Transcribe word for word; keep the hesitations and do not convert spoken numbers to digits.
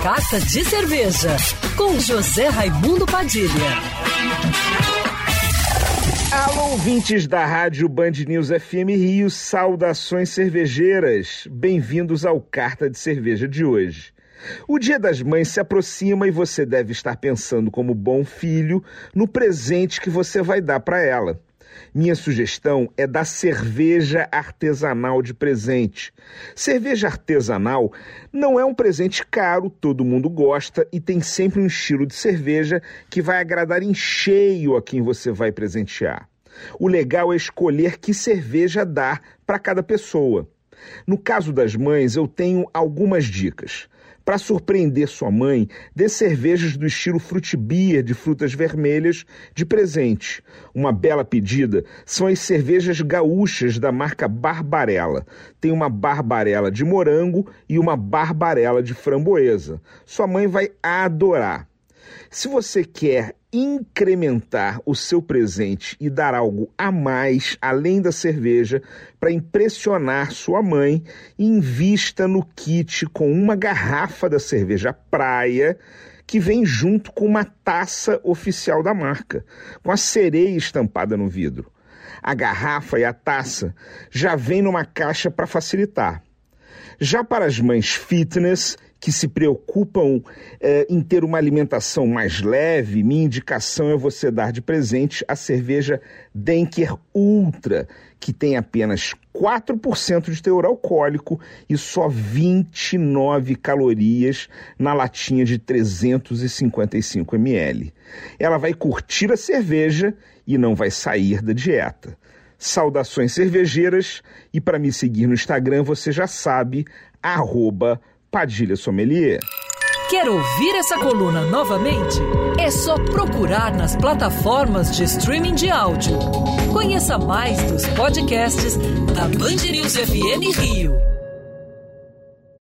Carta de Cerveja, com José Raimundo Padilha. Alô, ouvintes da Rádio Band News F M Rio, saudações cervejeiras. Bem-vindos ao Carta de Cerveja de hoje. O Dia das Mães se aproxima e você deve estar pensando como bom filho no presente que você vai dar para ela. Minha sugestão é dar cerveja artesanal de presente. Cerveja artesanal não é um presente caro, todo mundo gosta e tem sempre um estilo de cerveja que vai agradar em cheio a quem você vai presentear. O legal é escolher que cerveja dar para cada pessoa. No caso das mães, eu tenho algumas dicas. Para surpreender sua mãe, dê cervejas do estilo Fruit Beer de frutas vermelhas de presente. Uma bela pedida são as cervejas gaúchas da marca Barbarella. Tem uma Barbarella de morango e uma Barbarella de framboesa. Sua mãe vai adorar. Se você quer incrementar o seu presente e dar algo a mais, além da cerveja, para impressionar sua mãe, invista no kit com uma garrafa da cerveja Praia, que vem junto com uma taça oficial da marca, com a sereia estampada no vidro. A garrafa e a taça já vem numa caixa para facilitar. Já para as mães fitness, que se preocupam eh, em ter uma alimentação mais leve, minha indicação é você dar de presente a cerveja Denker Ultra, que tem apenas quatro por cento de teor alcoólico e só vinte e nove calorias na latinha de trezentos e cinquenta e cinco mililitros. Ela vai curtir a cerveja e não vai sair da dieta. Saudações cervejeiras, e para me seguir no Instagram você já sabe, arroba Padilha Sommelier. Quer ouvir essa coluna novamente? É só procurar nas plataformas de streaming de áudio. Conheça mais dos podcasts da Band News F M Rio.